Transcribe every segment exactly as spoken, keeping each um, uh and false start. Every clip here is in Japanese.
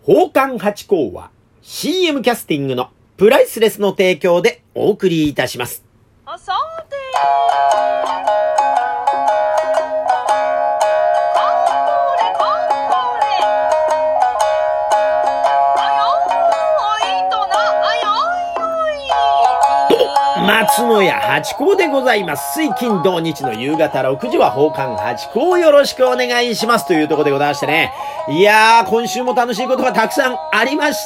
宝冠八甲は シーエム キャスティングのプライスレスの提供でお送りいたします。 あさて松野屋八甲でございます。水金土日の夕方ろくじは宝冠八甲をよろしくお願いしますというところでございましてね。いやー、今週も楽しいことがたくさんありました。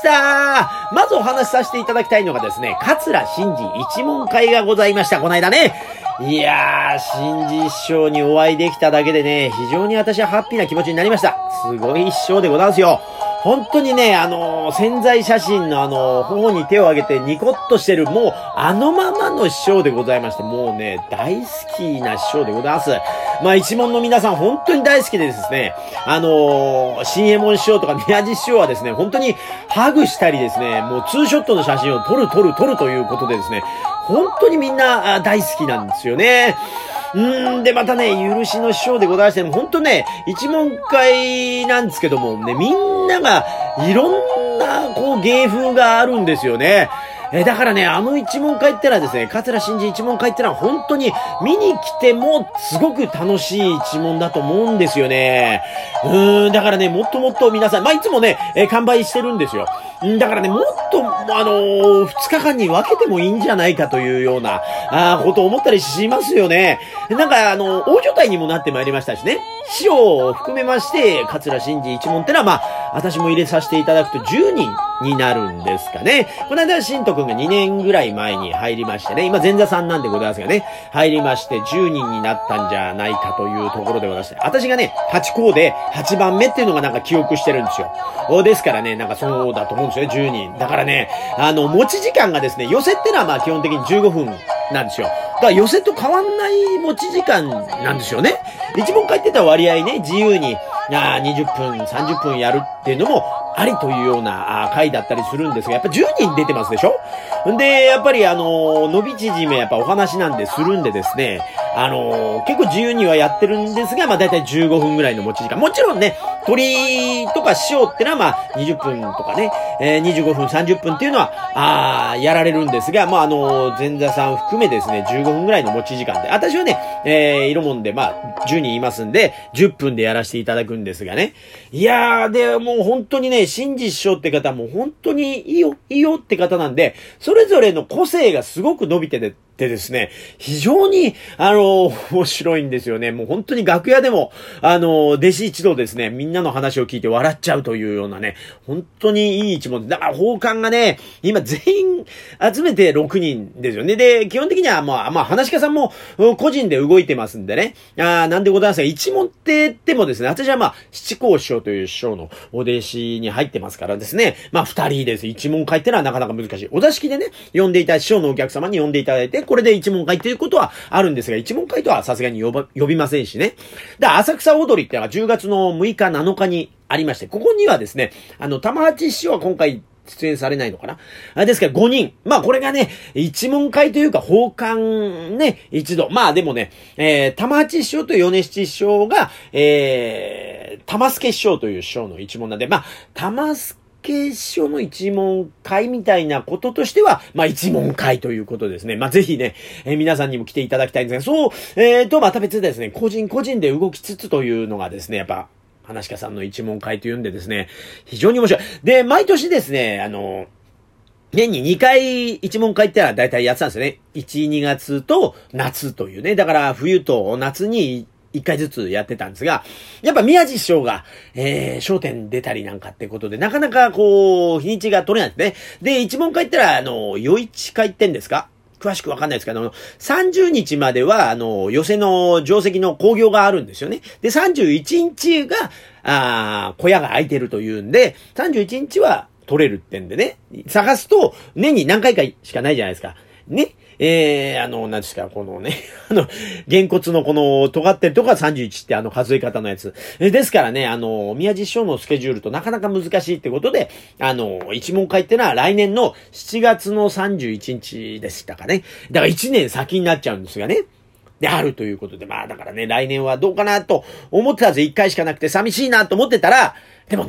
まずお話しさせていただきたいのがですね、桂真治一門会がございました。この間ね。いやー、真治師匠にお会いできただけでね、非常に私はハッピーな気持ちになりました。すごい師匠でございますよ。本当にね、あのー、潜在写真のあのー、頬に手を上げてニコッとしてる、もう、あのままの師匠でございまして、もうね、大好きな師匠でございます。まあ、一門の皆さん、本当に大好きでですね、あのー、新右衛門師匠とか宮地師匠はですね、本当にハグしたりですね、もうツーショットの写真を撮る撮る撮るということでですね、本当にみんな大好きなんですよね。うーん、で、またね、許しの師匠でございまして、ほんとね、一門会なんですけども、ね、みんなが、いろんな、こう、芸風があるんですよね。え、だからね、あの一門会ってのはですね、桂真治一門会ってのは本当に見に来てもすごく楽しい一門だと思うんですよね。うーん、だからね、もっともっと皆さん、まあ、いつもね、え、完売してるんですよ。んだからね、もっと、あのー、二日間に分けてもいいんじゃないかというような、あことを思ったりしますよね。なんか、あの、大所帯にもなってまいりましたしね。師匠を含めまして、桂真治一門ってのは、まあ、私も入れさせていただくとじゅうにんになるんですかね。この間、新藤くんがにねんぐらい前に入りましてね、今前座さんなんでございますがね、入りましてじゅうにんになったんじゃないかというところでございまして、私がね、はちこうではちばんめっていうのがなんか記憶してるんですよ。ですからね、なんかそうだと思うんですよね、じゅうにん。だからね、あの、持ち時間がですね、寄せってのはまあ基本的にじゅうごふんなんですよ。だから寄せと変わんない持ち時間なんですよね。一問書いてた割合ね、自由に、あにじゅっぷん、さんじゅっぷんやるっていうのもありというような回だったりするんですが、やっぱじゅうにん出てますでしょ。んで、やっぱりあのー、伸び縮めやっぱお話なんでするんでですね、あのー、結構自由にはやってるんですが、まあだいたいじゅうごふんぐらいの持ち時間。もちろんね、鳥とか師匠ってのはまあにじゅっぷんとかね、えー、にじゅうごふん、さんじゅっぷんっていうのは、あやられるんですが、まああのー、前座さん含めですね、じゅうごふんぐらいの持ち時間で。私はね、えー、色もんでまあじゅうにんいますんで、じゅっぷんでやらせていただくんですがね。いやー、で、もう本当にね、真治師匠って方も本当にいいよ、いいよって方なんで、それぞれの個性がすごく伸びてて、でですね、非常に、あの、面白いんですよね。もう本当に楽屋でも、あの、弟子一同ですね、みんなの話を聞いて笑っちゃうというようなね、本当にいい一門。だから、宝冠がね、今全員集めてろくにんですよね。で、基本的には、まあ、まあ、話し家さんも個人で動いてますんでね。あなんでございますが、一門って言ってもですね、私はまあ、七甲師匠という師匠のお弟子に入ってますからですね、まあ、二人です。一門会ってのはなかなか難しい。お座敷でね、呼んでいただいて、師匠のお客様に呼んでいただいて、これで一門会ということはあるんですが、一門会とはさすがに呼ば、呼びませんしね。で、浅草踊りってのがじゅうがつのむいかなのかにありまして、ここにはですね、あの、玉八師匠は今回出演されないのかなあですからごにん。まあこれがね、一門会というか宝冠ね、一度。まあでもね、えー、玉八師匠と米七師匠が、えー、玉助師匠という師匠の一門なんで、まあ、玉助師匠の一門会みたいなこととしては、まあ一門会ということですね。まあぜひね、えー、皆さんにも来ていただきたいんですが、そう、えーと、また別でですね、個人個人で動きつつというのがですね、やっぱ、話し家さんの一門会というんでですね、非常に面白い。で、毎年ですね、あの、年ににかい一門会ってのは大体やってたんですよね。いち、にがつと夏というね。だから冬と夏に一回ずつやってたんですが、やっぱ宮地師匠が、えー、焦点出たりなんかってことで、なかなかこう、日にちが取れないんですね。で、一門会ってのは、あの、余市会ってんですか？詳しくわかんないですけど、さんじゅうにちまでは、あの、寄席の定石の興行があるんですよね。で、さんじゅういちにちが、あ小屋が空いてるというんで、さんじゅういちにちは取れるってんでね、探すと、年に何回かしかないじゃないですか。ね。えー、あの、何ですか、このね、あの、げんこつのこの、尖ってるとこがさんじゅういちってあの数え方のやつ。えですからね、あの、宮地師匠のスケジュールとなかなか難しいってことで、あの、一門会ってのは来年のしちがつのさんじゅういちにちでしたかね。だからいちねん先になっちゃうんですがね。であるということで、まあだからね、来年はどうかなと思ってたぜ、いっかいしかなくて寂しいなと思ってたら、でもね、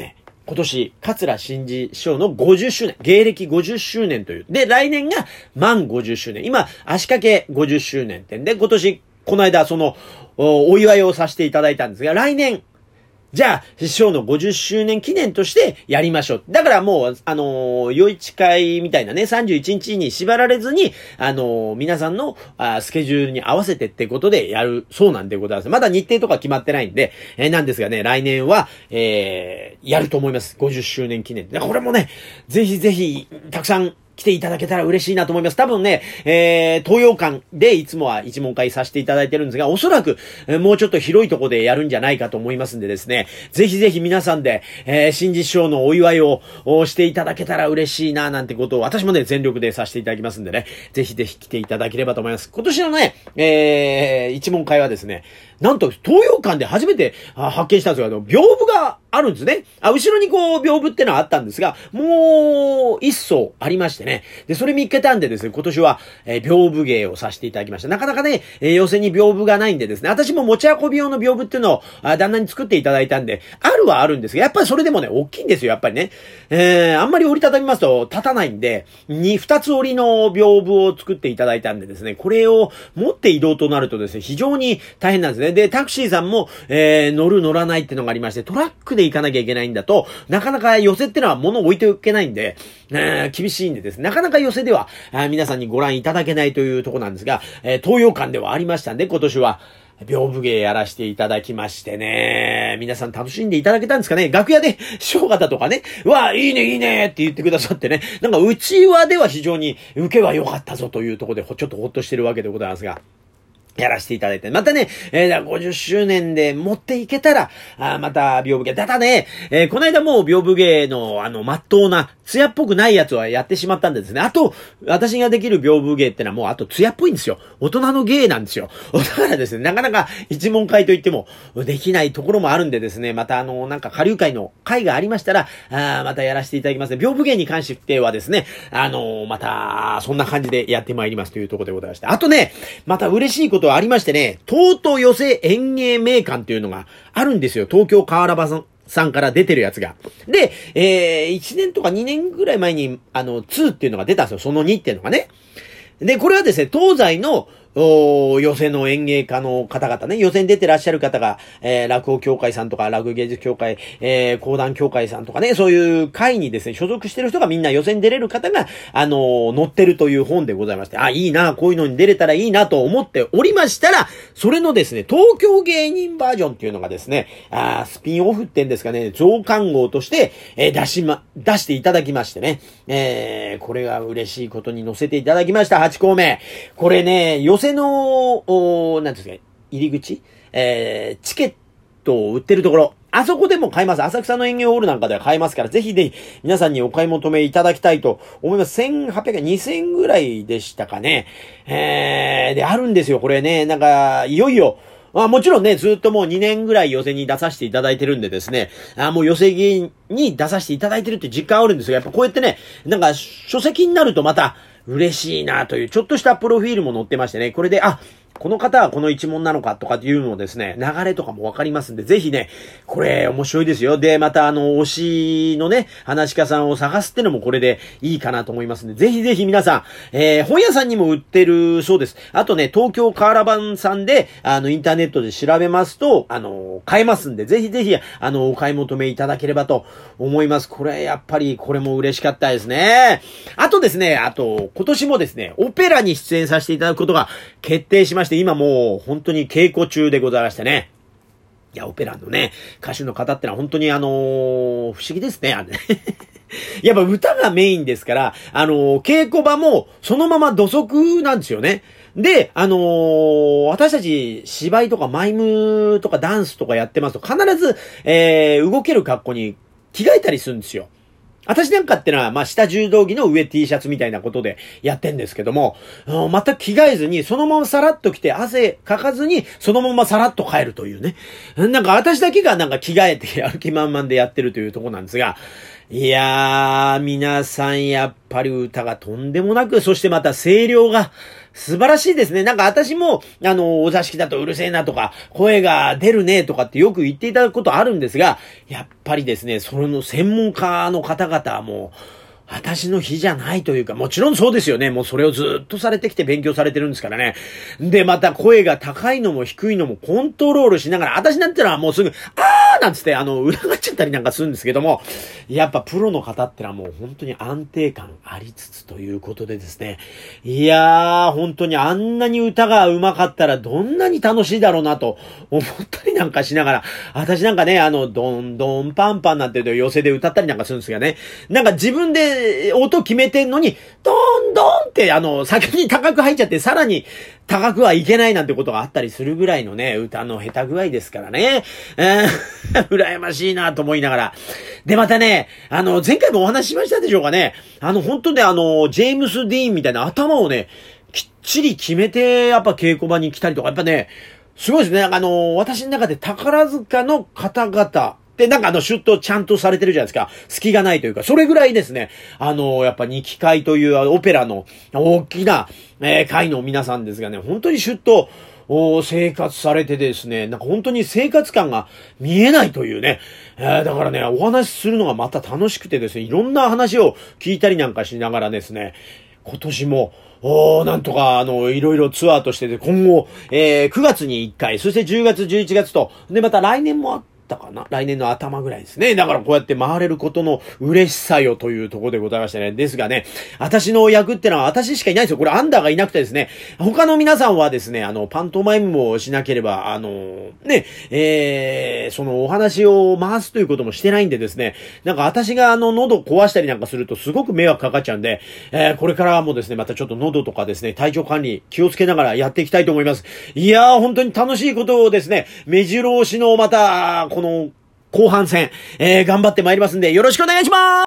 今年、桂真治師匠のごじゅっしゅうねん、芸歴ごじゅっしゅうねんという。で、来年が満ごじゅっしゅうねん。今、足掛けごじゅっしゅうねんってんで、今年、この間、その、お、お祝いをさせていただいたんですが、来年、じゃあ、師匠のごじゅっしゅうねん記念としてやりましょう。だからもう、あのー、夜市会みたいなね、さんじゅういちにちに縛られずに、あのー、皆さんのあスケジュールに合わせてってことでやるそうなんでございます。まだ日程とか決まってないんで、えー、なんですがね、来年は、えー、やると思います。ごじゅっしゅうねん記念。これもね、ぜひぜひ、たくさん、来ていただけたら嬉しいなと思います。多分ね、えー、東洋館でいつもは一問会させていただいてるんですが、おそらく、えー、もうちょっと広いところでやるんじゃないかと思いますんでですね、ぜひぜひ皆さんで、えー、新実師匠のお祝いをしていただけたら嬉しいななんてことを私もね、全力でさせていただきますんでね、ぜひぜひ来ていただければと思います。今年のね、えー、一問会はですね、なんと東洋館で初めて発見したんですが、屏風があるんですね。あ、後ろにこう、屏風ってのはあったんですが、もう、一層ありましてね。で、それ見っけたんでですね、今年は、えー、屏風芸をさせていただきました。なかなかね、えー、寄席に屏風がないんでですね、私も持ち運び用の屏風っていうのを、あ、旦那に作っていただいたんで、あるはあるんですが、やっぱりそれでもね、大きいんですよ、やっぱりね。えー、あんまり折りたたみますと立たないんで、に、二つ折りの屏風を作っていただいたんでですね、これを持って移動となるとですね、非常に大変なんですね。で、タクシーさんも、えー、乗る乗らないっていうのがありまして、トラックで行かなきゃいけないんだと、なかなか寄席ってのは物を置いておけないんで、えー、厳しいんでですね、なかなか寄席では、皆さんにご覧いただけないというところなんですが、えー、東洋館ではありましたんで、今年は、屏風芸やらせていただきましてね、皆さん楽しんでいただけたんですかね。楽屋で師匠方とかね、うわ、いいねいいねって言ってくださってね、なんかうちわでは非常に受けは良かったぞというところで、ちょっとほっとしてるわけでございますが、やらせていただいて。またね、えー、ごじゅっしゅうねんで持っていけたら、あまた、屏風芸。ただね、えー、この間もう屏風芸の、あの、まっとうな、艶っぽくないやつはやってしまったんですね。あと、私ができる屏風芸ってのはもう、あと、艶っぽいんですよ。大人の芸なんですよ。だからですね、なかなか一問会といっても、できないところもあるんでですね、またあの、なんか、下流会の会がありましたら、あまたやらせていただきます。屏風芸に関してはですね、あの、また、そんな感じでやってまいりますというところでございまして。あとね、また嬉しいことありましてね、東都寄席演芸名館っていうのがあるんですよ。東京河原場さん。さんから出てるやつが。で、えー、いちねんとかにねんぐらい前に、あの、にっていうのが出たんですよ。そのにっていうのがね。で、これはですね、東西の、お寄席の演芸家の方々ね、予選出てらっしゃる方が、えー、落語協会さんとか、落語芸術協会、えー、講談協会さんとかね、そういう会にですね、所属してる人がみんな予選出れる方が、あのー、載ってるという本でございまして、あ、いいな、こういうのに出れたらいいなと思っておりましたら、それのですね、東京芸人バージョンっていうのがですね、あスピンオフってんですかね、増刊号として、えー、出しま、出していただきましてね、えー、これが嬉しいことに載せていただきました、はち校目。これね、予選の、おなんですか、入り口えー、チケットを売ってるところ。あそこでも買えます。浅草の演芸ホールなんかでは買えますから、ぜひね、皆さんにお買い求めいただきたいと思います。せんはっぴゃくえん、にせんえんぐらいでしたかね。えー、で、あるんですよ、これね。なんか、いよいよ、まあもちろんね、ずっともうにねんぐらい寄席に出させていただいてるんでですね、あもう寄席に出させていただいてるって実感あるんですが、やっぱこうやってね、なんか書籍になるとまた嬉しいなという、ちょっとしたプロフィールも載ってましてね、これで、あ、この方はこの一問なのかとかっていうのもですね、流れとかもわかりますんで、ぜひね、これ面白いですよ。で、またあの、推しのね、話し家さんを探すってのもこれでいいかなと思いますんで、ぜひぜひ皆さん、えー、本屋さんにも売ってるそうです。あとね、東京カーラバンさんで、あの、インターネットで調べますと、あの、買えますんで、ぜひぜひ、あの、お買い求めいただければと思います。これ、やっぱり、これも嬉しかったですね。あとですね、あと、今年もですね、オペラに出演させていただくことが決定しました。今もう本当に稽古中でございましてね。いや、オペラのね、歌手の方ってのは本当にあのー、不思議ですね。あのねやっぱ歌がメインですから、あのー、稽古場もそのまま土足なんですよね。で、あのー、私たち芝居とかマイムとかダンスとかやってますと必ず、えー、動ける格好に着替えたりするんですよ。私なんかってのは、まあ、下柔道着の上 T シャツみたいなことでやってんですけども、全く着替えずに、そのままさらっと着て、汗かかずに、そのままさらっと帰るというね。なんか私だけがなんか着替えて歩き満々でやってるというところなんですが、 いやー、皆さんやっぱり歌がとんでもなく、そしてまた声量が素晴らしいですね。なんか私も、あの、お座敷だとうるせえなとか、声が出るねとかってよく言っていただくことあるんですが、やっぱりですね、その専門家の方々はもう、私の日じゃないというか、もちろんそうですよね。もうそれをずっとされてきて勉強されてるんですからね。で、また声が高いのも低いのもコントロールしながら、私なんてのはもうすぐ、あーなんつって、あの、裏がっちゃったりなんかするんですけども、やっぱプロの方ってのはもう本当に安定感ありつつということでですね。いやー、本当にあんなに歌が上手かったらどんなに楽しいだろうなと思ったりなんかしながら、私なんかね、あの、ドンドンパンパンなんていう寄せで歌ったりなんかするんですがね。なんか自分で音決めてんのに、ドンドンって、あの、先に高く入っちゃって、さらに高くはいけないなんてことがあったりするぐらいのね、歌の下手具合ですからね。えー、羨ましいなと思いながら。で、またね、あの、前回もお話ししましたでしょうかね。あの、本当ね、あの、ジェームス・ディーンみたいな頭をね、きっちり決めて、やっぱ稽古場に来たりとか、やっぱね、すごいですね。あの、私の中で宝塚の方々、で、なんかあの、シュッとちゃんとされてるじゃないですか。隙がないというか、それぐらいですね。あの、やっぱ二期会というオペラの大きな、えー、会の皆さんですがね、本当にシュッと、生活されてですね、なんか本当に生活感が見えないというね。えー、だからね、お話しするのがまた楽しくてですね、いろんな話を聞いたりなんかしながらですね、今年も、おー、なんとか、あの、いろいろツアーとしてで、今後、えー、くがつにいっかい、そしてじゅうがつ、じゅういちがつと、で、また来年もあって、たかな来年の頭ぐらいですね。だからこうやって回れることの嬉しさよというところでございましてね。ですがね、私の役ってのは私しかいないですよ。これアンダーがいなくてですね。他の皆さんはですね、あの、パントマイムもしなければ、あの、ね、えー、そのお話を回すということもしてないんでですね、なんか私があの、喉壊したりなんかするとすごく迷惑かかっちゃうんで、えー、これからもですね、またちょっと喉とかですね、体調管理気をつけながらやっていきたいと思います。いやー、本当に楽しいことをですね、目白押しのまた、この後半戦、えー、頑張ってまいりますんで、よろしくお願いします。